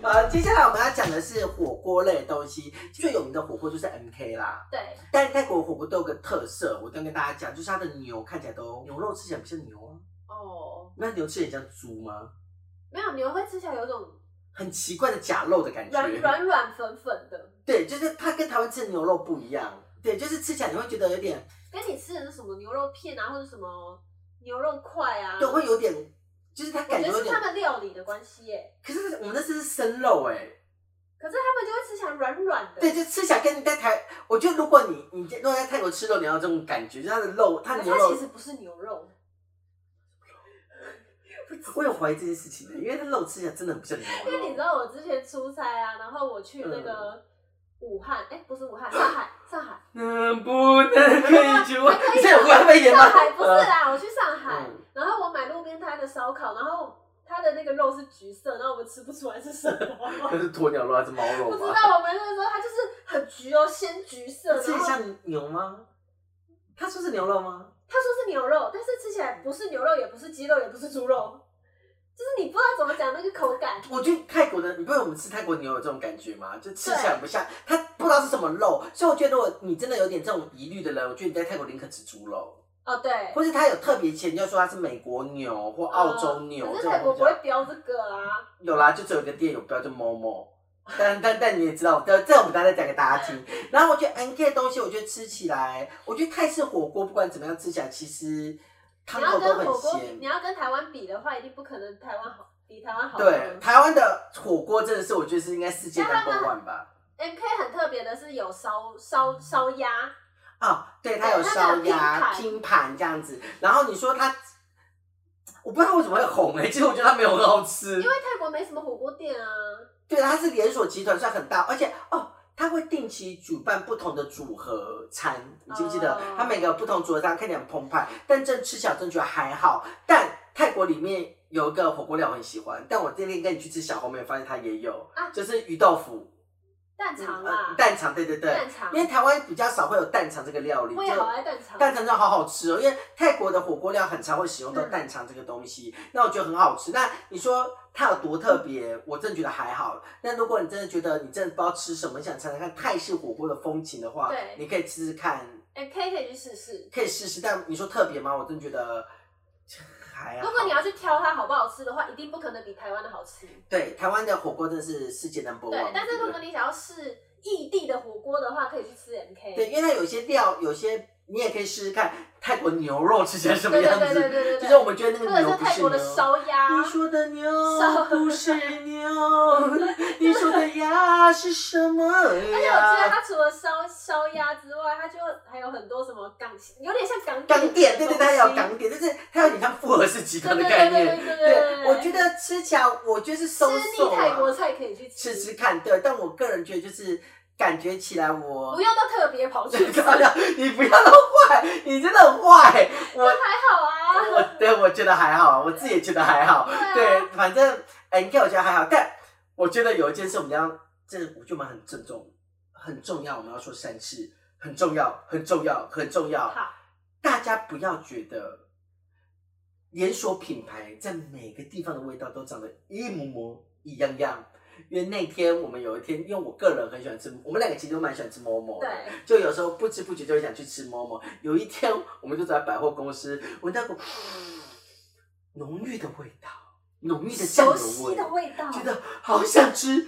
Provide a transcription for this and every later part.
接下来我们要讲的是火锅类的东西，最有名的火锅就是 MK 啦。 对， 但泰国火锅都有个特色，我跟大家讲，就是它的牛看起来都牛肉吃起来不像牛啊。 哦， 那牛吃起来像猪吗？ 没有，牛会吃起来有种很奇怪的假肉的感觉， 软粉粉的。 对，就是它跟台湾吃的牛肉不一样。对，就是吃起来你会觉得有点， 跟你吃的是什么牛肉片啊，或者什么牛肉块啊， 对，会有点，就是它感觉有点。 我觉得是他们料理的关系耶。 可是我们那是生肉哎。 可是他们就会吃起来软软的。 对，就吃起来跟你在台，我觉得如果你如果在泰国吃肉，你要这种感觉，就是它的肉，它牛肉其实不是牛肉。 我有怀疑这件事情的，因为它肉吃起来真的很不像牛肉。 因为你知道我之前出差啊，然后我去那个武汉，不是武汉，上海。 不能可以去我，你在武汉被演吗？ 上海不是啦，我去上海，然后我买路边摊的烧烤，然后它的那个肉是橘色，然后我们吃不出来是什么。 它是鸵鸟肉还是猫肉？ 不知道，我们那个时候它就是很橘哦，鲜橘色。 吃起来像牛吗？他说是牛肉吗？ 他说是牛肉，但是吃起来不是牛肉，也不是鸡肉，也不是猪肉。就是你不知道怎么讲那个口感。 我觉得泰国的，你不知道我们吃泰国牛有这种感觉吗？就吃起来不像，它不知道是什么肉，所以我觉得如果你真的有点这种疑虑的人，我觉得你在泰国宁可吃猪肉。 哦，对。 或是它有特别强调说它是美国牛或澳洲牛， 可是泰国不会标这个啊。 有啦，就只有一个店有标，就 Momo。但你也知道，这我们大家再讲给大家听。然后我觉得 NK 的东西，我觉得吃起来，我觉得泰式火锅不管怎么样吃起来，其实汤头都很鲜。 你要跟台湾比的话，一定不可能比台湾好。 对，台湾的火锅真的是我觉得是应该世界 No.1 吧。 MK 很特别的是有烧鸭。 哦，对，它有烧鸭拼盘这样子。然后你说它，我不知道它为什么会红其实我觉得它没有很好吃。 因为泰国没什么火锅店啊。 对，它是连锁集团，算很大，而且它会定期举办不同的组合餐，你记不记得？它每个不同组合餐看起来很澎湃，但真吃起来真觉得还好。但泰国里面有一个火锅料我很喜欢，但我这天跟你去吃小红梅，发现它也有，就是鱼豆腐。 蛋肠啦， 蛋肠，对， 蛋肠， 因为台湾比较少会有蛋肠这个料理， 我也好爱蛋肠， 蛋肠真的好好吃因为泰国的火锅料很常会使用到蛋肠这个东西，那我觉得很好吃。那你说它有多特别，我真的觉得还好。那如果你真的觉得你真的不知道吃什么，你想尝尝看泰式火锅的风情的话， 对， 你可以试试看。 MK 可以去试试， 可以试试，但你说特别吗？我真的觉得。 如果你要去挑它好不好吃的话，一定不可能比台湾的好吃。 对，台湾的火锅真的是世界 No.1。 对，但是如果你想要试异地的火锅的话，可以去吃 MK。 对，因为它有些料，有些你也可以试试看泰国牛肉吃起来什么样子。 对， 就是我们觉得那个牛不是牛。 或者是泰国的烧鸭。 你说的牛不是牛，你说的鸭是什么鸭？而且我记得它除了烧鸭之外，它就还有很多什么有点像港点， 对，它有港点，就是它有点像复合式集团的概念。对，我觉得吃起来，我觉得是收吃腻泰国菜可以去吃看，对，但我个人觉得就是感觉起来我不要到特别跑去吃， 你不要那么坏，你真的很坏。 我还好啊， 我觉得还好，我自己也觉得还好。对，反正NK 我觉得还好，但我觉得有一件事我们要，这我觉得我们很郑重，很重要，我们要说3次，很重要，很重要，很重要。 好， 大家不要觉得连锁品牌在每个地方的味道都长得一模模一样样。因为那天我们有一天，因为我个人很喜欢吃，我们2个其实都蛮喜欢吃 Momo 的，就有时候不知不觉就会想去吃 Momo。有一天，我们就在百货公司闻到股浓郁的味道，浓郁的酱油味， 熟悉的味道， 觉得好想吃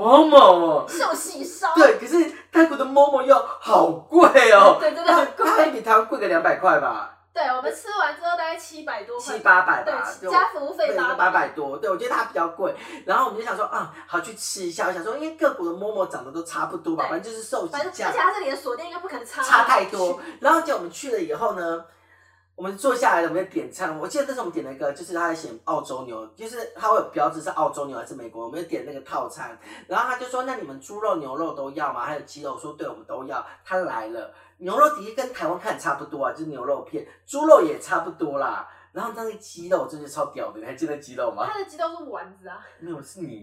Momo 寿喜烧。 对，可是泰国的 Momo 又好贵对，真的很贵， 它比台湾贵个200块吧。 对，我们吃完之后大概700多块，700-800 吧， 对，加服务费 800多。对，我觉得它比较贵。然后我们就想说好去吃一下。我想说，因为各国的 Momo 长得都差不多吧，反正就是寿喜酱， 而且它是连锁店，应该不可能差太多。然后结果我们去了以后呢，我们坐下来了，我们就点餐。我记得那时候我们点了一个，就是他在写澳洲牛，就是他会有标志是澳洲牛还是美国。我们就点那个套餐，然后他就说：“那你们猪肉、牛肉都要吗？还有鸡肉？”我说：“对，我们都要。”他来了。牛肉的确跟台湾看差不多啊，就是牛肉片，猪肉也差不多啦。然后那个鸡肉真的超屌的，你还记得鸡肉吗？ 它的鸡肉是丸子啊， 没有，是你。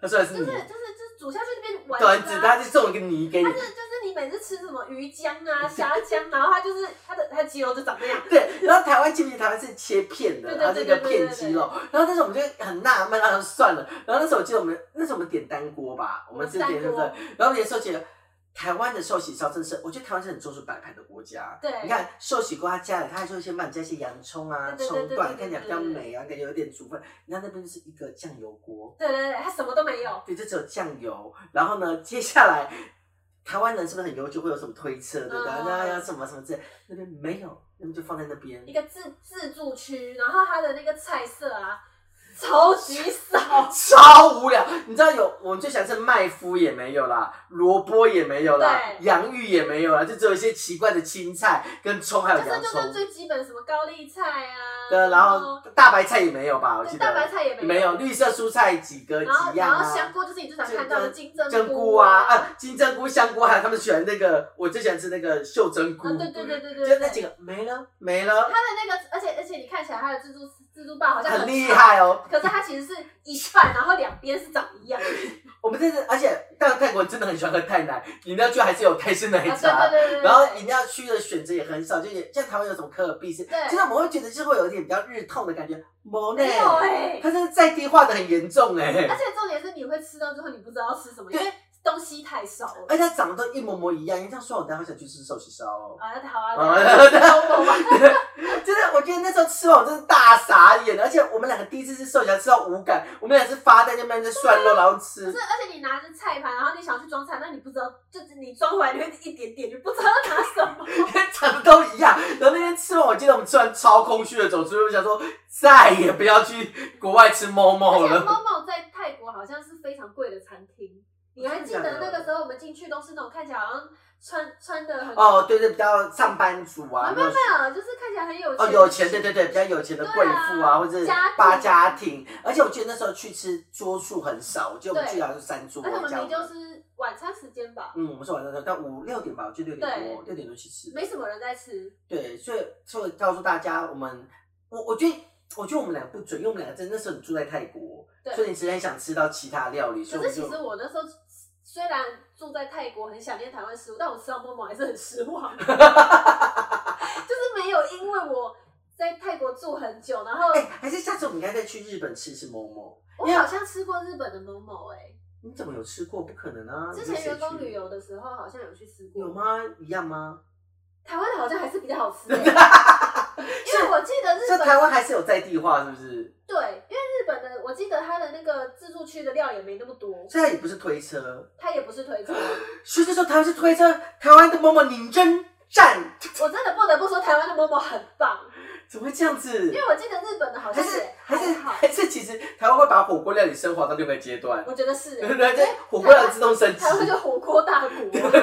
他说的是泥， 就是煮下去那边丸丸子， 子啊， 他就送一个泥给你。 就是你每次吃什么鱼浆啊、虾浆，然后它就是它的鸡肉就长那样。 对，然后台湾记不记得台湾是切片的， 对然后是一个片鸡肉，然后那时候我们就很纳闷，然后算了，然后那时候我记得那时候我们点单锅吧，我们是点对不对？然后也说起了台湾的寿喜烧，真的是我觉得台湾是很重视摆盘的国家。 对， 你看寿喜锅它加了，它还说先帮你加一些洋葱啊、葱段，看起来比较美啊，感觉有点煮饭。你看那边就是一个酱油锅， 对，它什么都没有， 对，就只有酱油。然后呢，接下来台湾人是不是很悠久，会有什么推车对不对？那要什么之类，那边没有，那边就放在那边一个自助区，然后它的那个菜色啊。超级少， 超无聊。你知道我们最喜欢吃麦麸也没有啦，萝卜也没有啦，洋芋也没有啦，就只有一些奇怪的青菜跟葱，还有洋葱。 就是最基本的什么高丽菜啊， 对，然后大白菜也没有吧？我记得大白菜也没有， 绿色蔬菜几样啊。 然后香菇就是你最常看到的金针菇啊，金针菇、香菇，还有他们喜欢那个，我最喜欢吃那个秀珍菇。 对， 就那几个没了。 它的那个，而且你看起来它的自助吧好像很厉害哦。 可是它其实是一半，然后两边是长一样的。 我们真的，而且到泰国人真的很喜欢喝泰奶，饮料区还是有泰式奶茶， 对。 然后饮料区的选择也很少，就像台湾有什么可尔必斯，其实我们会觉得就会有一点比较日痛的感觉， 没有哎， 它真的在地化的很严重哎。 而且重点是你会吃到之后你不知道吃什么，因为东西太少了， 而且它长得都一模一样。你这样说，我等下想去吃寿喜烧哦。 好啊， 真的，我觉得那时候吃完我真的大傻眼，而且我们两个第一次吃寿喜烧吃到无感，我们俩是发在那边在涮肉然后吃。 不是，而且你拿着菜盘，然后你想去装菜，那你不知道，就是你装回来你会一点点，你不知道要拿什么， 长得都一样。然后那天吃完，我记得我们吃完超空虚的走出去，我想说再也不要去国外吃 Momo 了。 而且 Momo 在泰国好像是非常贵的餐厅。你还记得那个时候我们进去都是那种看起来好像穿的很对，比较上班族啊， 没有，就是看起来很有钱有钱，对，比较有钱的贵妇啊，或者大家庭。而且我记得那时候去吃桌数很少，我记得我们去好像是3桌， 而且我们明明就是晚餐时间吧， 我们是晚餐，但5、6点吧，我记得6点多去吃， 没什么人在吃。 对，所以告诉大家，我觉得我们俩不准，因为我们两个真的那时候你住在泰国，所以你实在想吃到其他料理。 可是其实我那时候虽然住在泰国，很想念台湾食物，但我吃到 Momo 还是很失望，就是没有因为我在泰国住很久，然后还是下次我们应该再去日本吃 Momo。 我好像吃过日本的 Momo 你怎么有吃过？不可能啊！ 之前员工旅游的时候好像有去吃过。 有吗？一样吗？ 台湾的好像还是比较好吃因为我记得日本台湾还是有在地化，是不是？ 对，因为日本的我记得它的那个自助区的料也没那么多， 所以它也不是推车， 它也不是推车， 所以就说台湾是推车，台湾的 Momo 领真赞。 我真的不得不说，台湾的 Momo 很棒。 怎么会这样子？ 因为我记得日本的好像还是其实台湾会把火锅料理升华到另一个阶段。 我觉得是， 对，火锅料理自动升级， 台湾就火锅大国。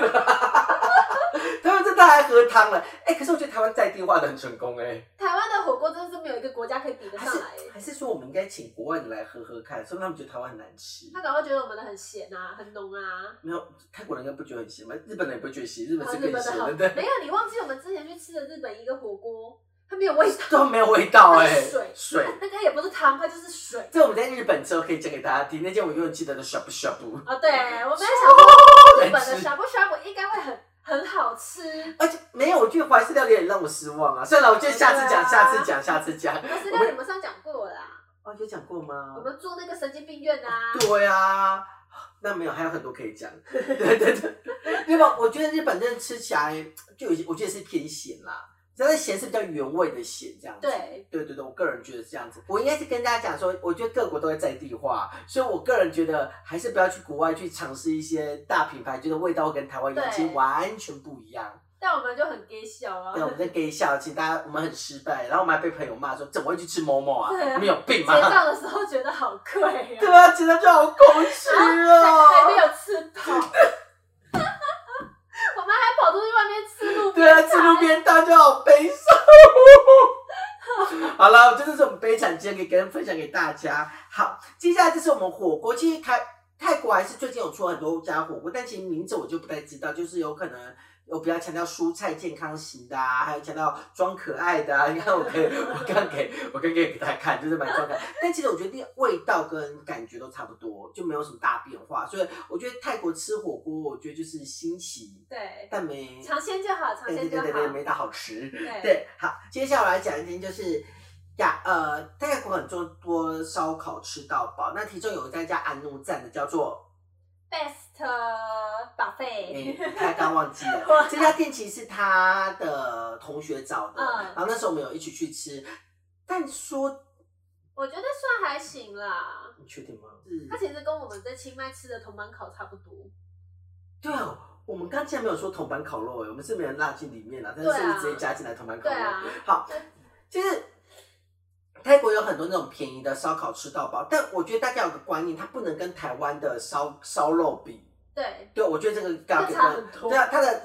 台湾真的爱喝汤了，可是我觉得台湾在地化的很成功台湾的火锅真的是没有一个国家可以比得上来还是说我们应该请国外的来喝喝看，说明他们觉得台湾很难吃。 他可能会觉得我们的很咸啊，很浓啊。 没有，泰国人应该不觉得很咸吧？日本人也不会觉得咸，日本是更咸的。 没有，你忘记我们之前去吃的日本一个火锅。它没有味道， 都没有味道水，那个也不是汤，它就是水。 这我们在日本之后可以讲给大家听，那件我永远记得的 shabu shabu。 对，我们在想说日本的 shabu shabu 应该会很好吃， 而且没有，我觉得怀石料理也让我失望啊。算了，我觉得下次讲。 怀石料理我们上讲过了啦。 有讲过吗？ 我们住那个神经病院啊。 对啊，那没有，还有很多可以讲。对，因为我觉得日本真的吃起来就有些，我觉得是偏咸啦。但是咸是比较原味的咸，这样子。对，我个人觉得是这样子。我应该是跟大家讲说，我觉得各国都会在地化，所以我个人觉得还是不要去国外去尝试一些大品牌，觉得味道跟台湾其实完全不一样。 但我们就很gay笑啊。 对，我们在gay笑，其实大家我们很失败，然后我们还被朋友骂说怎么会去吃 Momo 啊？你们有病吗？ 结账的时候觉得好贵啊。 对啊，结账就好空虚哦， 还没有吃饱。我们还跑出去外面吃路边摊。 对啊，吃路边摊就好悲伤。好了，这就是我们悲惨经历，跟分享给大家。好，接下来就是我们火锅。其实泰国还是最近有出很多家火锅，但其实名字我就不太知道，就是有可能我比较强调蔬菜健康型的啊，还有强调装可爱的啊。你看我刚给大家看，就是蛮装可爱。但其实我觉得味道跟感觉都差不多，就没有什么大变化。所以我觉得泰国吃火锅，我觉得就是新奇， 对， 但没尝鲜就好，尝鲜就好。 对，没大好吃。 对对，好，接下来讲一件就是泰国很多烧烤吃到饱，那其中有一家叫安怒赞的，叫做 Best Buffet， 他刚忘记了。这家店其实是他的同学找的，然后那时候我们有一起去吃，但说我觉得算还行啦。 你确定吗？ 它其实跟我们在清迈吃的铜板烤差不多。 对啊，我们刚竟然没有说铜板烤肉我们是没有拉进里面啦，但是是不是直接加进来铜板烤肉？ 对啊， 好，就是泰国有很多那种便宜的烧烤吃到饱，但我觉得大家有个观念，它不能跟台湾的烧肉比。对，我觉得这个差很多。 对啊，它的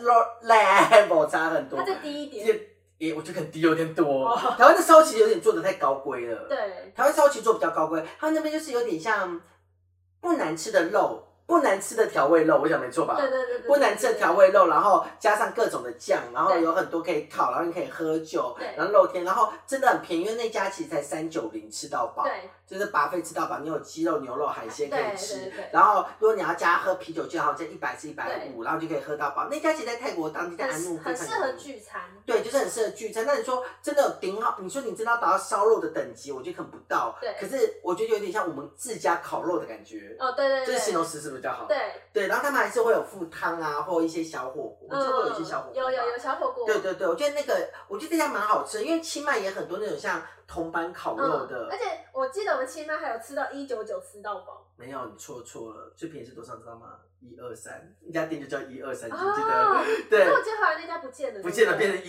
level 差很多。 它再低一点。 我觉得很低有点多。台湾的烧其实有点做的太高规了。 对， 台湾烧其实做比较高规，他们那边就是有点像不难吃的肉。不难吃的调味肉，我想没错吧？ 对， 不难吃的调味肉，然后加上各种的酱，然后有很多可以烤，然后你可以喝酒，然后露天，然后真的很便宜，因为那家其实才390吃到饱， 对， 就是buffet吃到饱，你有鸡肉、牛肉、海鲜可以吃， 对， 然后如果你要加喝啤酒，就好像100是150，然后就可以喝到饱。那家其实在泰国当地在安怒很适合聚餐， 对，就是很适合聚餐。那你说真的有顶好，你说你真的要达到烧肉的等级，我觉得可能不到， 对， 可是我觉得有点像我们自家烤肉的感觉， 对， 就是形容词是不是比较好？ 对， 然后他们还是会有附汤啊，或一些小火锅，就会有一些小火锅， 有小火锅。 对，我觉得这家蛮好吃，因为清迈也很多那种像铜板烤肉的， 而且我记得我们清迈还有吃到199吃到饱。 没有，你错了，最便宜是多少知道吗？123，一家店就叫123，记不记得？对。 可是我记得后来那家不见了， 变成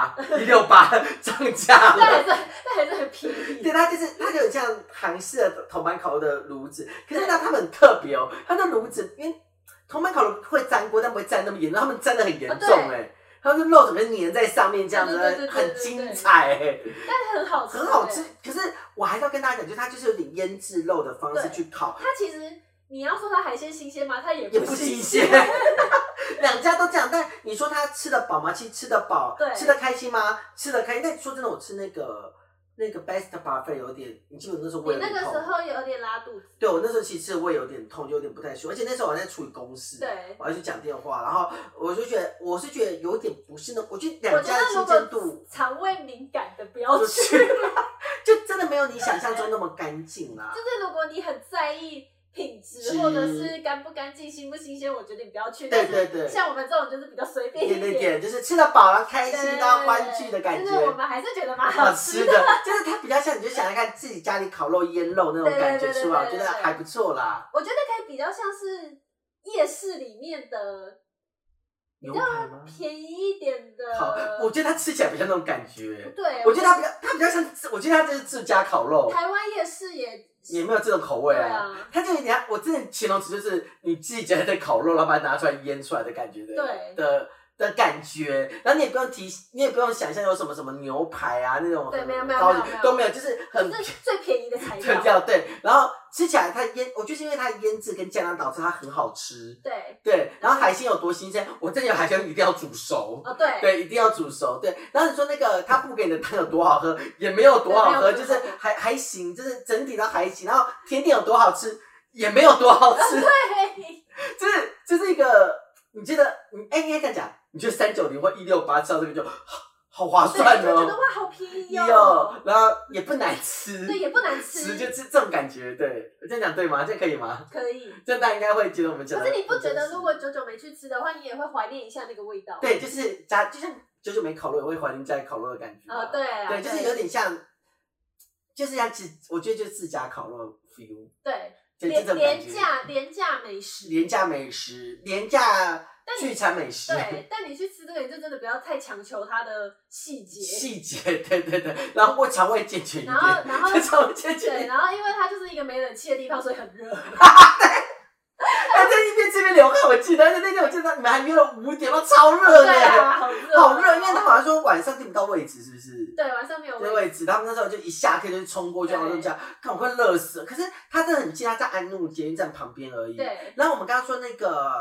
198、168涨价了。 但还是很便宜。 对，它就有像韩式的铜板烤肉的炉子，可是他们很特别哦，它的炉子因为铜板烤肉会粘锅，但不会粘那么严重，他们粘得很严重他们肉整个粘在上面这样子，很精彩但很好吃， 很好吃。可是我还是要跟大家讲，就是它就是有点腌制肉的方式去烤。 它其实你要说它海鲜新鲜吗？它也不新鲜。两家都这样，但你说他吃得饱吗？其实吃得饱，吃得开心吗？吃得开心。但说真的，我吃那个 Best Buffet 有点，你记得那时候胃有点痛。 你那个时候有点拉肚子。 对，我那时候其实胃有点痛，就有点不太舒服，而且那时候我还在处理公事， 对， 我还去讲电话，然后我是觉得有点不是那，我觉得两家的新鲜度， 肠胃敏感的不要去， 就真的没有你想象中那么干净啦。 就是如果你很在意品质或者是干不干净、新不新鲜，我决定不要去。 对， 像我们这种就是比较随便一点，就是吃得饱然后开心然后欢聚的感觉。 就是我们还是觉得蛮好吃的， 就是它比较像，你就想想看自己家里烤肉、腌肉那种感觉出来，我觉得还不错啦。 我觉得可以比较像是夜市里面的。比较便宜一点的， 好，我觉得它吃起来比较那种感觉。 对， 我觉得它比较像，我觉得它就是自家烤肉。 台湾夜市也没有这种口味啊， 它就有点，我之前形容词就是你自己家在烤肉，然后把它拿出来腌出来的感觉的感觉，然后你也不用想象有什么牛排啊那种， 对，没有都没有，就是最便宜的材料， 对，然后吃起来它我就是因为它的腌制跟酱料导致它很好吃，对，然后海鲜有多新鲜，我这里有海鲜一定要煮熟，对，一定要煮熟，对，然后你说那个他不给你的汤有多好喝，也没有多好喝，就是还行，就是整体都还行，然后甜点有多好吃，也没有多好吃，对，就是一个。你觉得应该这样讲，你觉得390或168吃到这个就好划算哦， 就觉得哇好便宜哦， 然后也不难吃， 对，也不难吃， 就是这种感觉，对，我这样讲对吗？这样可以吗？ 可以， 这样大家应该会觉得我们讲。 可是你不觉得如果久久没去吃的话，你也会怀念一下那个味道？ 对，就是就像久久没烤肉也会怀念家里烤肉的感觉对，就是有点像，就是像我觉得就是自家烤肉 feel， 对。廉价美食， 廉价聚餐美食。 对，但你去吃这个，你就真的不要太强求它的细节。 对，然后肠胃健全一点。 然后肠胃健全。 对，然后因为它就是一个没冷气的地方，所以很热。对。 还在一边吃一边流汗，我记得，而且那天我记得你们还约了5点，超热的。 对啊， 好热，因为他好像说晚上订不到位置，是不是？ 对，晚上没有位置。他们那时候就一下课就冲过去，然后就这样，看我快热死了。可是他真的很近，他在安怒捷运站旁边而已。 对。 然后我们刚刚说那个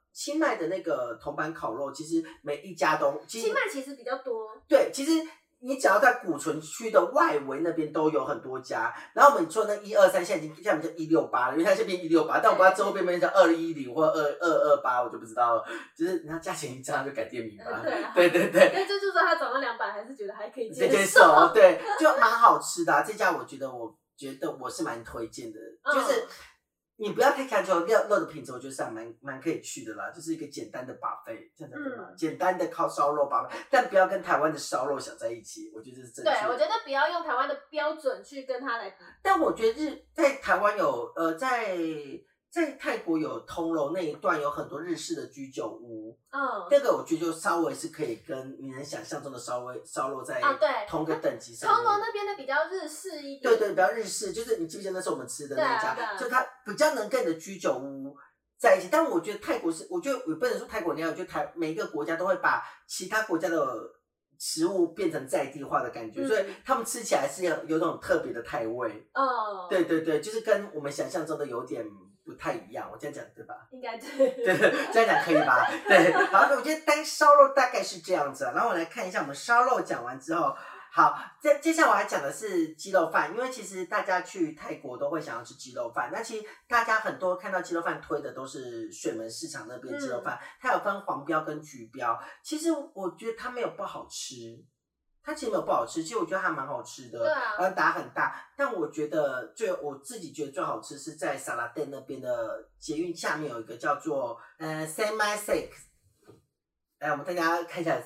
清迈的那个铜板烤肉，其实每一家都， 清迈其实比较多。 对，其实你只要在古城区的外围那边都有很多家。然后我们说那123，现在已经叫168了，因为它是变168，但我不知道之后变不变成210或2228，我就不知道了。就是你看价钱一涨就改店名吧。 对啊， 对对对。 但就是说它涨到200，还是觉得还可以接受，对，就蛮好吃的、啊。这家我觉得我是蛮推荐的，就是你不要太强求肉的品质，我觉得是还蛮可以去的啦，就是一个简单的buffet，这样子嘛，简单的烤烧肉buffet，但不要跟台湾的烧肉想在一起，我觉得这是正确的。 对，我觉得不要用台湾的标准去跟它来比。 但我觉得在台湾有在泰国有通楼那一段有很多日式的居酒屋，这个我觉得就稍微是可以跟你能想象中的烧肉在同个等级上面。 通楼那边的比较日式一点， 对，比较日式，就是你记不记得那时候我们吃的那一家，就它比较能跟你的居酒屋在一起。但我觉得泰国是，我觉得我不能说泰国那样，我觉得每一个国家都会把其他国家的食物变成在地化的感觉，所以他们吃起来是有那种特别的泰味。对，就是跟我们想象中的有点不太一样，我这样讲对吧？ 应该对。 对，这样讲可以吧？对，好，我觉得单烧肉大概是这样子。然后我来看一下我们烧肉讲完之后，好，接下来我要讲的是鸡肉饭，因为其实大家去泰国都会想要吃鸡肉饭。那其实大家很多看到鸡肉饭推的都是水门市场那边鸡肉饭，它有分黄标跟橘标。其实我觉得它没有不好吃。它其实没有不好吃，其实我觉得还蛮好吃的， 对啊， 然后打很大。但我觉得我自己觉得最好吃是在沙拉店那边的捷运下面有一个叫做Semi Six， 来我们大家看一下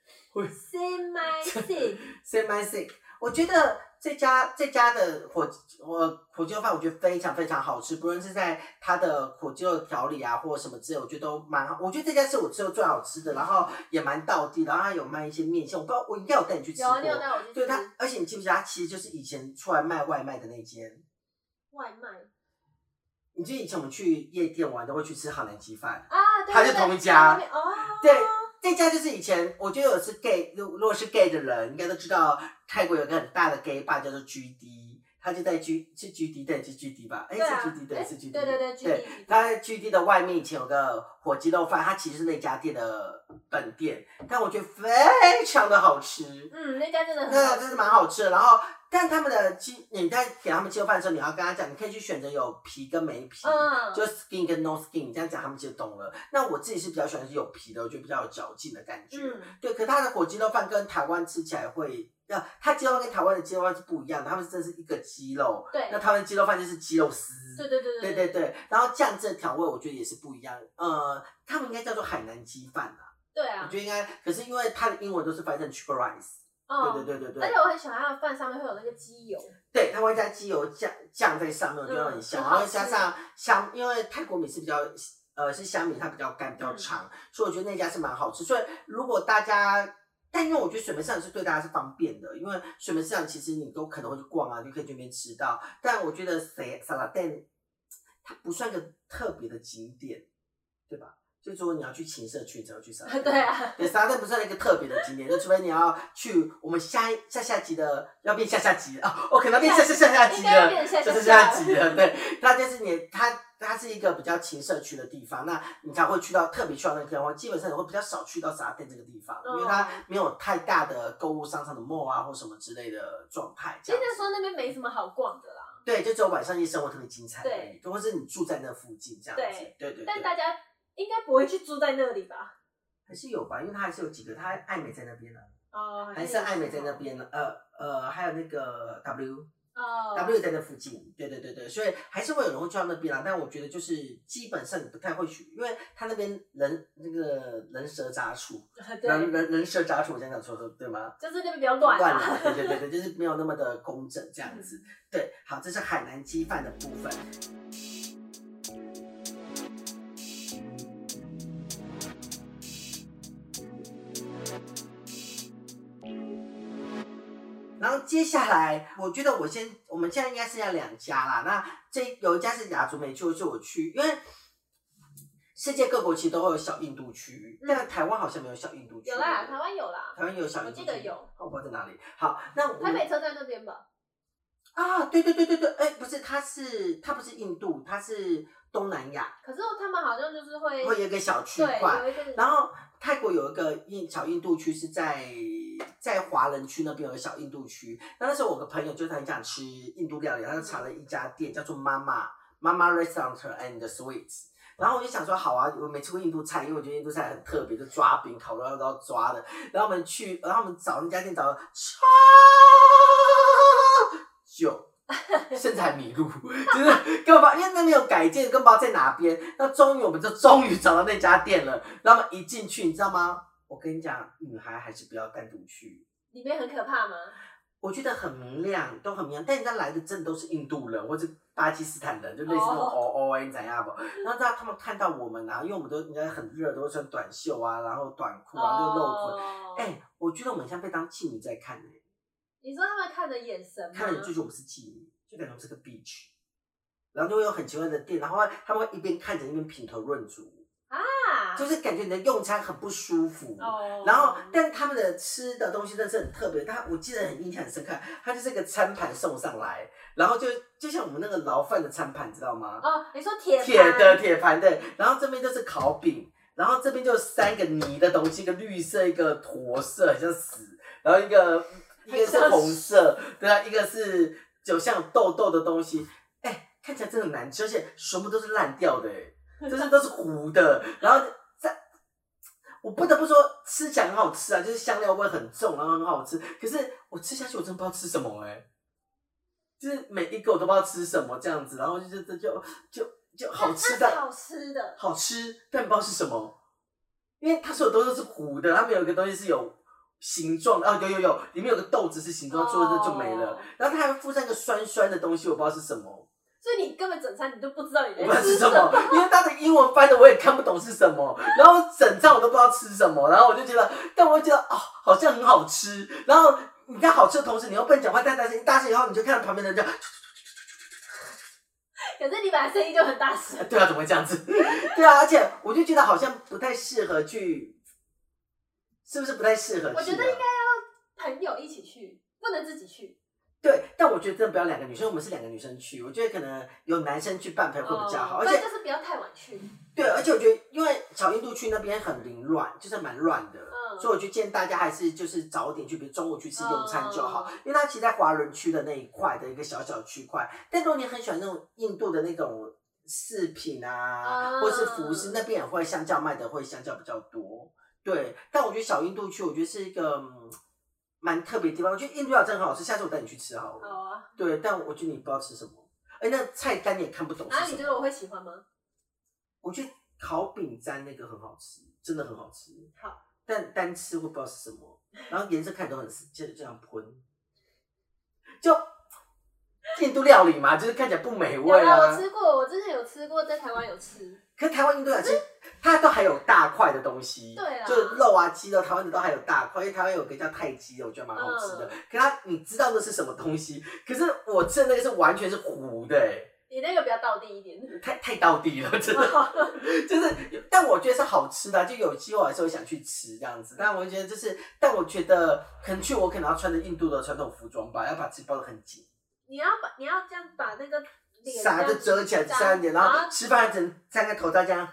Semi Six， 我觉得这家的火鸡肉饭我觉得非常非常好吃，不论是在它的火鸡肉调理啊或者什么之类，我觉得都蛮好。我觉得这家是我吃过最好吃的，然后也蛮道地，然后它有卖一些面线，我不知道我应该有带你去吃过。 有，你有带我去吃。 对它，而且你记不记得它其实就是以前出来卖外卖的那间。外卖。 你记得以前我们去夜店玩都会去吃好南鸡饭啊？对， 它是同一家。对。这家就是以前，我觉得有是 gay， 如果是 gay 的人，应该都知道泰国有个很大的 gay bar 叫做 GD， 他就在是 GD 对，是 GD 吧？是 GD 对，是 GD。对，他在 GD 的外面以前有个火鸡肉饭，它其实是那家店的本店，但我觉得非常的好吃。 那家真的很好吃， 真的蛮好吃的。然后，但他们的你在给他们鸡肉饭的时候，你要跟他讲，你可以去选择有皮跟没皮，就 skin 跟 no skin， 这样讲他们就懂了。那我自己是比较喜欢是有皮的，我觉得比较有嚼劲的感觉。对，可它的火鸡肉饭跟台湾吃起来会，它鸡肉饭跟台湾的鸡肉饭是不一样的，他们真的是一个鸡肉， 对， 那台湾的鸡肉饭就是鸡肉丝。 对。 然后酱汁的调味我觉得也是不一样，他们应该叫做海南鸡饭啊。 对啊， 我觉得应该，可是因为它的英文都是翻成 chicken rice。对。 而且我很喜欢它的饭上面会有那个鸡油。 对，它会加鸡油酱在上面，我觉得很香。然后加上香，因为泰国米是比较是香米，它比较干比较长，所以我觉得那家是蛮好吃。所以如果大家，但因为我觉得水门市场是对大家是方便的，因为水门市场其实你都可能会去逛啊，就可以去那边吃到。但我觉得沙拉店它不算个特别的景点，对吧？就是说你要去情社区，你才会去沙拉店。 对啊， 对，沙拉店不算一个特别的景点，就除非你要去我们下集的，要变下集啊，可能变下集了，就是下集了。对，它就是它是一个比较情社区的地方，那你才会特别去到那个地方。基本上你会比较少去到沙拉店这个地方，因为它没有太大的购物商场的 mall 啊或什么之类的状态。 现在说那边没什么好逛的啦。 对，就只有晚上夜生活特别精彩而已，或是你住在那附近这样子。对。 但大家应该不会去住在那里吧？ 还是有吧，因为它还是有几个，它爱美在那边呢。还是爱美在那边呢。还有那个 W 在那附近。对，所以还是会有人会去到那边啦。但我觉得就是基本上你不太会去，因为它那边人蛇杂处，人蛇杂处，我这样讲说对吗？ 就是那边比较乱啊。 对，就是没有那么的工整这样子。对，好，这是海南鸡饭的部分。然后接下来，我觉得我们现在应该是要2家啦。那有一家是亚洲没去，就是我去，因为世界各国其实都会有小印度区，但台湾好像没有小印度区。 有啦，台湾有啦。 台湾有小印度区。 我记得有。 我不知道在哪里。好，那台北车站那边吧。 啊，对，不是，它不是印度，它是东南亚。 可是他们好像就是会有一个小区对， 块， 有一个然后泰国有一个小印度区是在华人区那边有个小印度区。那时候我个朋友就是很想吃印度料理，他就查了一家店叫做妈妈 Restaurant and Sweets。然后我就想说，好啊，我没吃过印度菜，因为我觉得印度菜很特别，就抓饼、烤肉都要抓的。然后我们去，然后我们找那家店找了超久，甚至还迷路，就是根本因为那边有改建，根本不知道在哪边。那我们就终于找到那家店了。然后我们一进去，你知道吗？我跟你讲，女孩还是不要单独去， 里面很可怕吗？ 我觉得很明亮，都很明亮，但人家来的真的都是印度人或者巴基斯坦人，就类似那种你怎样不？然后他们看到我们啊，因为我们都应该很热，都会穿短袖啊，然后短裤啊，就露臀。我觉得我们像被当妓女在看你说他们看的眼神吗？ 看了就觉得我们是妓女，就感觉我们是个 beach， 然后就会有很奇怪的店，然后他们会一边看着一边品头论足。就是感觉你的用餐很不舒服，然后但他们的吃的东西真的是很特别。我记得印象很深刻，它就是个餐盘送上来，然后就像我们那个牢饭的餐盘，知道吗？ 你说铁盘的，然后这边就是烤饼，然后这边就3个泥的东西，一个绿色，一个驼色，很像屎，然后一个是红色，对啊，一个是就像豆豆的东西，看起来真的很难吃，而且全部都是烂掉的，就是都是糊的，然后。我不得不说，吃起来很好吃啊，就是香料味很重，然后很好吃。可是我吃下去，我真的不知道吃什么就是每一个我都不知道吃什么这样子，然后就好吃的，好吃，但不知道是什么，因为它所有都是糊的，它没有一个东西是有形状的。有，里面有个豆子是形状，做的就没了。然后它还附上一个酸酸的东西，我不知道是什么。 所以你根本整餐你都不知道你在吃什么，我不知道吃什么，因为他的英文翻的我也看不懂是什么，然后整餐我都不知道吃什么，然后我就觉得，但我就觉得好像很好吃，然后你在好吃的同时，你又不能讲话太大声，一大声以后你就看到旁边的人就， 可是你本来声音就很大声。 对啊，怎么会这样子？对啊，而且我就觉得好像不太适合去，是不是不太适合去？ 我觉得应该要朋友一起去，不能自己去。 对，但我觉得真的不要2个女生，我们是2个女生去，我觉得可能有男生去伴陪会比较好，而且就是不要太晚去。 对，而且我觉得因为小印度区那边很凌乱，就是蛮乱的，所以我就建议大家还是就是早点去，比如中午去吃用餐就好，因为它其实在华人区的那一块的一个小区块。但如果你很喜欢那种印度的那种饰品啊，或是服饰，那边也会相较卖的会相较比较多。对，但我觉得小印度区，我觉得是一个蛮特别的地方。我觉得印度料真的很好吃，下次我带你去吃好了。 好啊。对， 但我觉得你不知道吃什么，那菜单你也看不懂是什么。 你觉得我会喜欢吗？ 我觉得烤饼沾那个很好吃，真的很好吃。 好， 但单吃会不知道是什么，然后颜色看都很这样喷，就印度料理嘛，就是看起来不美味啊。 我吃过，我之前有吃过，在台湾有吃。 可是台湾印度料理它都还有大块的东西， 对啊， 就是肉啊鸡肉，台湾的都还有大块，因为台湾有个叫泰鸡肉，我觉得蛮好吃的。可你知道那是什么东西？可是我吃的那个是完全是糊的你那个比较道地一点， 太道地了，真的，就是，但我觉得是好吃的，就有机会还是会想去吃这样子。但我觉得但我觉得可能我可能要穿着印度的传统服装吧，要把自己包得很紧。 你要这样把那个脸纱就遮起来3点，然后吃饭只能站在头上这样。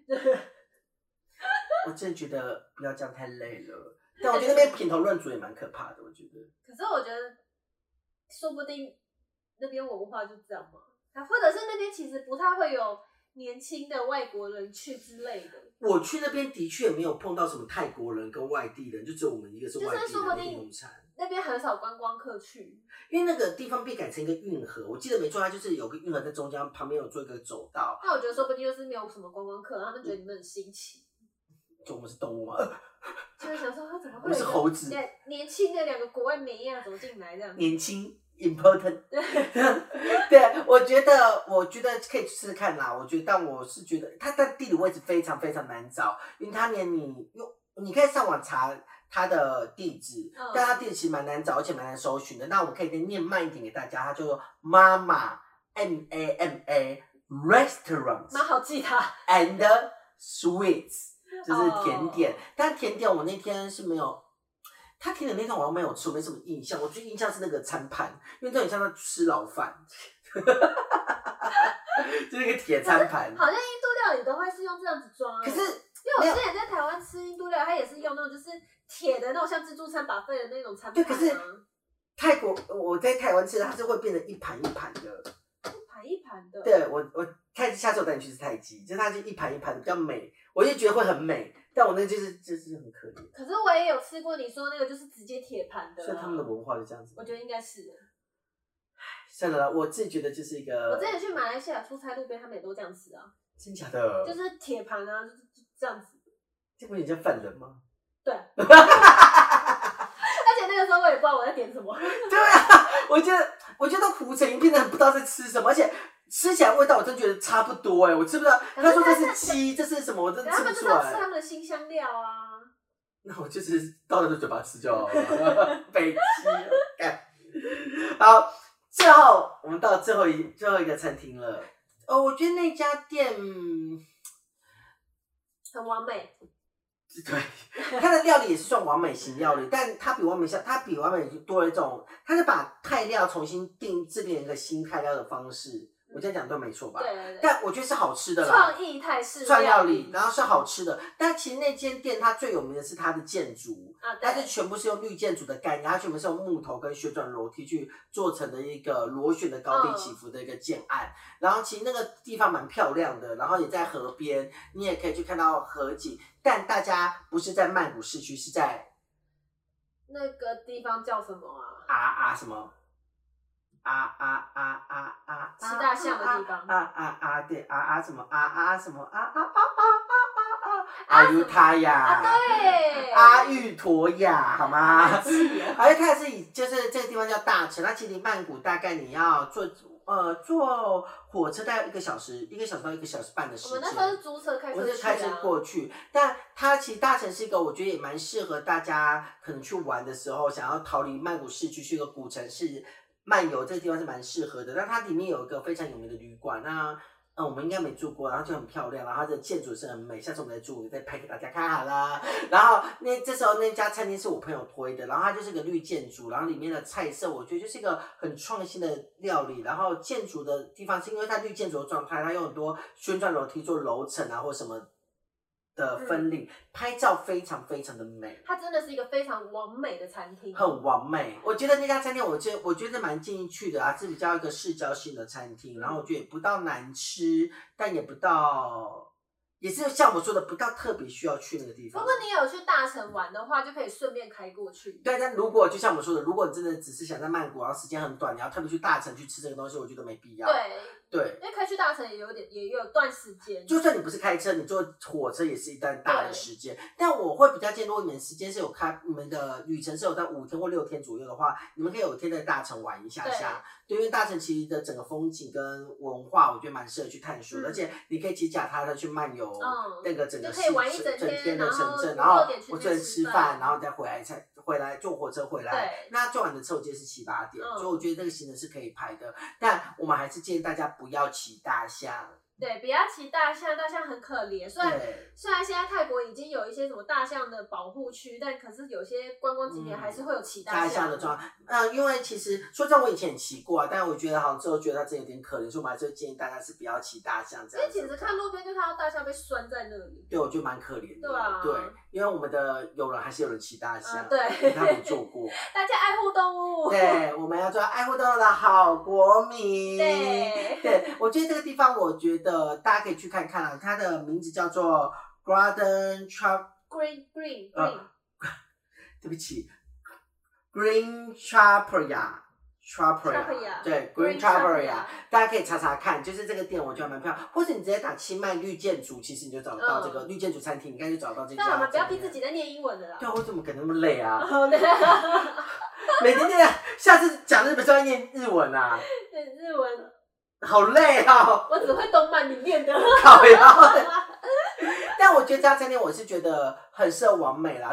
我真的觉得不要这样太累了，但我觉得那边品头论足也蛮可怕的，我觉得。 可是我觉得，说不定那边文化就这样嘛。或者是那边其实不太会有年轻的外国人去之类的。 我去那边的确没有碰到什么泰国人跟外地人，就只有我们一个是外地人的用餐。 那边很少观光客去， 因为那个地方被改成一个运河，我记得没错，它就是有个运河在中间，旁边有做一个走道。 那我觉得说不定就是没有什么观光客，他们觉得你们很新奇。 就我们是动物吗？ 就是想说他怎么会？ 我们是猴子。 年轻的2个国外妹啊，怎么进来这样？ 年轻。important 对，我觉得可以试试看啦。但我是觉得它的地理位置非常非常难找，因为它连你可以上网查它的地址，但它地址其实蛮难找，而且蛮难搜寻的。那我可以念慢一点给大家，它叫做妈妈 MAMA Restaurant， 蛮好记的 and Sweets， 就是甜点。但甜点我那天是没有。 他提的那餐我没有吃，我没什么印象。我最印象是那个餐盘，因为这很像在吃牢饭，就是一个铁餐盘。 好像印度料理都会是用这样子装。 可是， 因为我之前在台湾吃印度料理，它也是用那种就是铁的那种像自助餐把费的那种餐盘。 对，可是泰国我在台湾吃的，它是会变成一盘一盘的。 一盘一盘的。 对，我下次我带你去吃泰姬，就是它就一盘一盘的比较美，我就觉得会很美。但我那就是很可怜。 可是我也有吃过你说那个就是直接铁盘的， 所以他们的文化就这样子。 我觉得应该是的。 算了啦，我自己觉得就是一个。 我之前去马来西亚出差，路边他们也都这样吃啊。 真假的？ 就是铁盘啊，就这样子。 这不是你在犯人吗？ 对。而且那个时候我也不知道我在点什么。 对啊，我觉得糊成一片的，不知道在吃什么，而且吃起来味道我真觉得差不多我吃不到。他说这是鸡，这是什么，我真吃不出来。 他们就是要吃他们的新香料啊。 那我就是倒在嘴巴吃就好了。北鸡。好，最后我们到最后一个餐厅了。我觉得那家店很完美。 对，它的料理也是算完美型料理，但它比完美多了一种，它是把泰料重新制定一个新泰料的方式。我这样讲都没错吧？ 对。 但我觉得是好吃的啦。 创意泰式料理，然后是好吃的。但其实那间店它最有名的是它的建筑，它是全部是用绿建筑的概念，它全部是用木头跟旋转楼梯去做成的一个螺旋的高低起伏的一个建案。然后其实那个地方蛮漂亮的，然后也在河边，你也可以去看到河景。但大家不是在曼谷市区，是在那个地方叫什么啊？ 什么？ 骑大象的地方。 对，什么什么阿尤他呀， 对， 阿育陀呀，好吗？而且它是就是这个地方叫大城，它其实离曼谷大概你要坐火车大概1个小时到1个小时半的时间。 我们那时候是租车开车去啊。 我是开车过去，但它其实大城是一个我觉得也蛮适合大家可能去玩的时候，想要逃离曼谷市区去一个古城市漫游，这个地方是蛮适合的。那它里面有一个非常有名的旅馆，那我们应该没住过，然后就很漂亮，然后它的建筑是很美，下次我们再住，我再拍给大家看好了。然后这时候那家餐厅是我朋友推的，然后它就是个绿建筑，然后里面的菜色我觉得就是一个很创新的料理。然后建筑的地方是因为它绿建筑的状态，它有很多旋转楼梯做楼层啊或什么的分离，拍照非常非常的美。 它真的是一个非常完美的餐厅， 很完美。我觉得那家餐厅，我觉得蛮建议去的啊，是比较一个视交性的餐厅，然后我觉得也不到难吃，但也不到。也是像我说的，不到特别需要去那个地方。 如果你有去大城玩的话，就可以顺便开过去。 对，但如果就像我们说的，如果你真的只是想在曼谷，然后时间很短，你要特别去大城去吃这个东西，我觉得没必要。对， 因为开去大城也有段时间。 就算你不是开车，你坐火车也是一段大的时间。但我会比较建议，如果你们时间是有你们的旅程是有在5天或6天左右的话，你们可以有天在大城玩一下下。对，因为大城其实的整个风景跟文化，我觉得蛮适合去探索的，而且你可以骑脚踏车去漫游那个整个可以玩一整天的城镇， 然后我这里吃饭，然后再回来坐火车回来。那坐完的车我记得是7、8点，所以我觉得这个行程是可以排的。但我们还是建议大家不要骑大象。 对，不要骑大象，大象很可怜。虽然现在泰国已经有一些什么大象的保护区，但可是有些观光景点还是会有骑大象的状况。因为其实说真的，我以前也骑过啊，但我觉得好像之后觉得它真的有点可怜，所以我们还是会建议大家是不要骑大象这样子。 因为其实看路边就看到大象被拴在那里。 对，我觉得蛮可怜的。 对啊。 对，因为我们的友人还是有人骑大象， 对， 他没做过。 大家爱护动物。 对，我们要做爱护动物的好国民。对，我觉得这个地方，我觉得大家可以去看看啊，它的名字叫做 Green， 对不起 ，Green Chapria， 对 ，Green Chapria， 大家可以查查看，就是这个店我觉得蛮漂亮，或者你直接打清迈绿建筑，其实你就找得到这个绿建筑餐厅，你应该就找得到这家。 但我们不要逼自己在念英文的啦。 对啊，我怎么可能那么累啊？每天念，下次讲日本就要念日文啊。 对，日文。 好累哦！ 我只会动漫里面的。 靠腰。但我觉得这家餐厅我是觉得很适合完美啦，但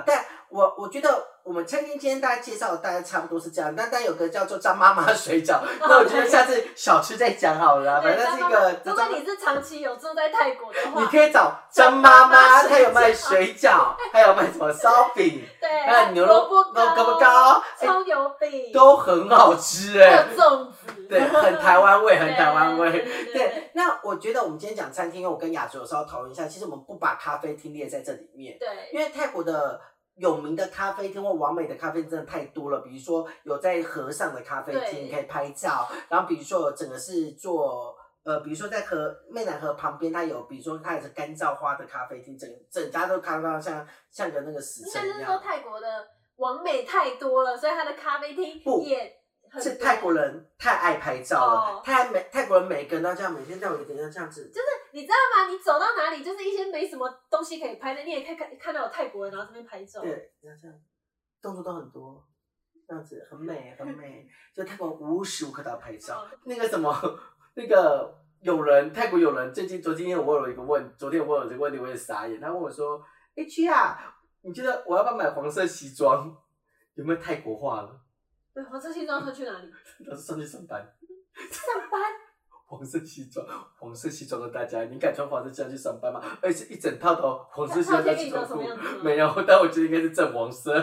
我觉得我们餐厅今天大家介绍的大概差不多是这样，但有个叫做张妈妈水饺，那我觉得下次小吃再讲好了，反正是一个。 如果你是长期有住在泰国的话， 你可以找张妈妈，她有卖水饺，还有卖什么烧饼， 对， 还有牛肉糕、 葱油饼， 都很好吃还有粽子， 对，很台湾味，很台湾味。 对， 对，那我觉得我们今天讲餐厅，因为我跟雅竹有稍微讨论一下，其实我们不把咖啡厅列在这里面， 对， 因为泰国的有名的咖啡厅或完美的咖啡厅真的太多了，比如说有在河上的咖啡厅可以拍照，然后比如说有整个是做比如说在湄南河旁边，它有比如说它也是干燥花的咖啡厅，整家都看到像个那个死城一样。 应该是说泰国的完美太多了，所以它的咖啡厅也很多。 是泰国人太爱拍照了，泰国人每个人都这样，每天在我眼前这样子。 就是你知道吗？你走到哪里，就是一些没什么东西可以拍的，你也可以看到有泰国人然后这边拍照。 对，这样动作都很多，这样子很美很美。就泰国无时无刻都要拍照。那个什么，那个泰国友人，昨天我有一个昨天我有这个问题，我也傻眼。他问我说：“H 啊，你觉得我要不要买黄色西装？有没有泰国化了？” 对，黄色西装是去哪里？ 他是上去上班。 上班。 黄色西装的大家，你敢穿黄色西装去上班吗？而且是一整套的黄色西装加西装裤，没有，但我觉得应该是正黄色。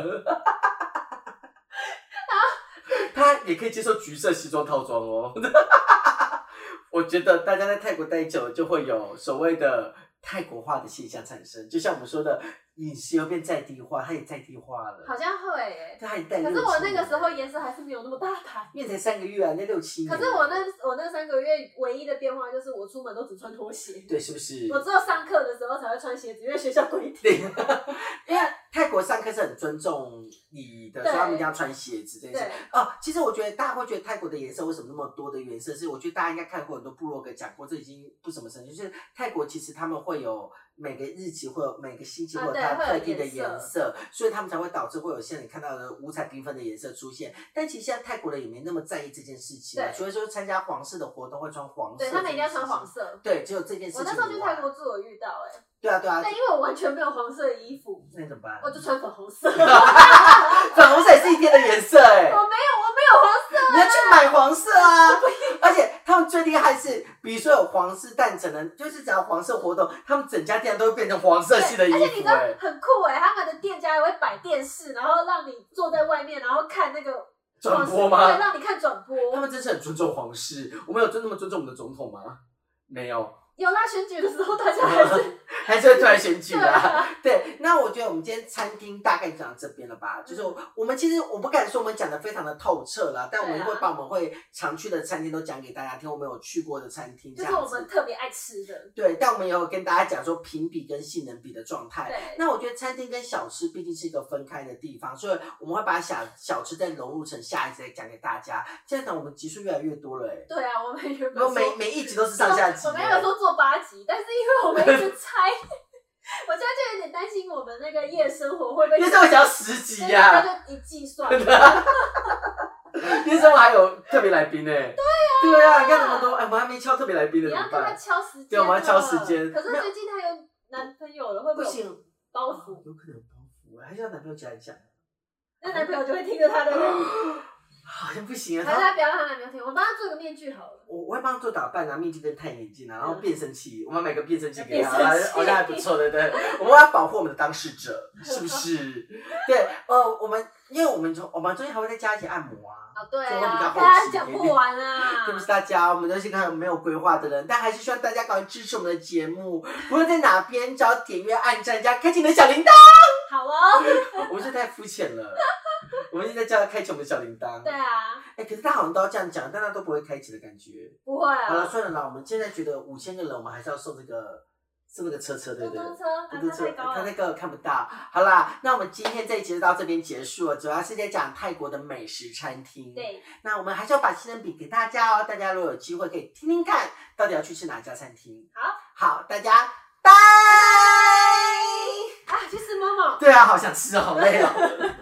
他也可以接受橘色西装套装哦。我觉得大家在泰国待久了，就会有所谓的泰国化的现象产生，就像我们说的，饮食又变在地化，它也在地化了。 好像会耶。 它还带6-7年。 可是我那个时候颜色还是没有那么大胆。 因为才3个月啊，那6-7年。 可是我那3个月唯一的变化就是我出门都只穿拖鞋。 对，是不是？ 我只有上课的时候才会穿鞋子，因为学校规定。 对，因为泰国上课是很尊重礼仪的，所以他们一定要穿鞋子这件事。其实我觉得大家会觉得泰国的颜色为什么那么多的颜色，是我觉得大家应该看过很多部落格讲过，这已经不什么神奇，就是泰国其实他们会有每个日期会有每个星期会有它特定的颜色，所以他们才会导致会有现在你看到的五彩缤纷的颜色出现。但其实现在泰国人也没那么在意这件事情，所以说参加皇室的活动会穿黄色， 对他们一定要穿黄色， 对，只有这件事情。 我那时候去泰国住有遇到对啊， 但因为我完全没有黄色的衣服， 那你怎么办？ 我就穿粉红色。 粉红色也是一天的颜色我没有黄色。 你要去买黄色啊！而且他们最厉害是，比如说有皇室诞辰的，就是只要黄色活动，他们整家店都会变成黄色系的衣服。 而且你知道很酷他们的店家也会摆电视，然后让你坐在外面，然后看那个转播吗？ 对，让你看转播。 他们真是很尊重皇室。我们有那么尊重我们的总统吗？没有。 有啦，选举的时候大家还是会出来选举啦。对，那我觉得我们今天餐厅大概讲到这边了吧。就是我们其实我不敢说我们讲的非常的透彻啦，但我们会把我们会常去的餐厅都讲给大家听，我们有去过的餐厅， 就是我们特别爱吃的。 对，但我们也有跟大家讲说评比跟性能比的状态。 对， 那我觉得餐厅跟小吃毕竟是一个分开的地方，所以我们会把小吃再融入成下一集再讲给大家。现在等我们集数越来越多了对啊，我们原本每一集都是上下集。 我们原本说做8集，但是因为我们一直猜。我现在就有点担心我们那个夜生活会不会， 夜生活想要10集呀， 那就一季算了。夜生活还有特别来宾对啊，你看那么多，我们还没敲特别来宾的怎么办？ 你要跟他敲时间， 对，我们要敲时间。 可是最近他有男朋友了，会不会有包袱？ 有可能有包袱，还是要男朋友起来讲。 那男朋友就会听着他的。 好像不行啊！ 还是他不要让他男朋友听，我帮他做个面具好了。 我会帮他做打扮面具跟戴眼镜然后变声器，我们买个变声器给他，好像还不错，对不对？我们要保护我们的当事者，是不是？对，我们因为我们中间还会再加一些按摩对啊， 所以会比较后期大家讲不完对不起大家，我们都是个没有规划的人，但还是希望大家赶快支持我们的节目，不论在哪边，只要点阅、按赞加开启你的小铃铛。 好我们是太肤浅了。我们一直在叫他开启我们的小铃铛。 对啊。 可是他好像都要这样讲，但他都不会开启的感觉。 不会啊。 好了，算了啦，我们现在觉得5000个人，我们还是要送这个，送那个车，对不对？ 嘟嘟车， 他那个看不到。好啦，那我们今天这一集就到这边结束了，主要是在讲泰国的美食餐厅。 对。 那我们还是要把性能比给大家大家如果有机会可以听听看，到底要去吃哪家餐厅。好，大家拜。 去吃某某。 对啊，好想吃好累